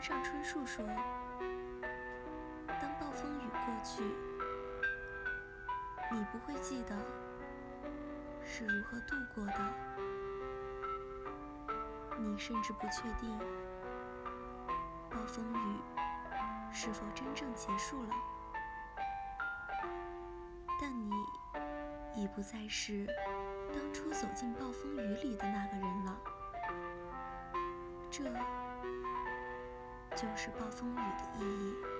上春树说，当暴风雨过去，你不会记得是如何度过的，你甚至不确定暴风雨是否真正结束了，但你已不再是当初走进暴风雨里的那个人了。这就是暴风雨的意义。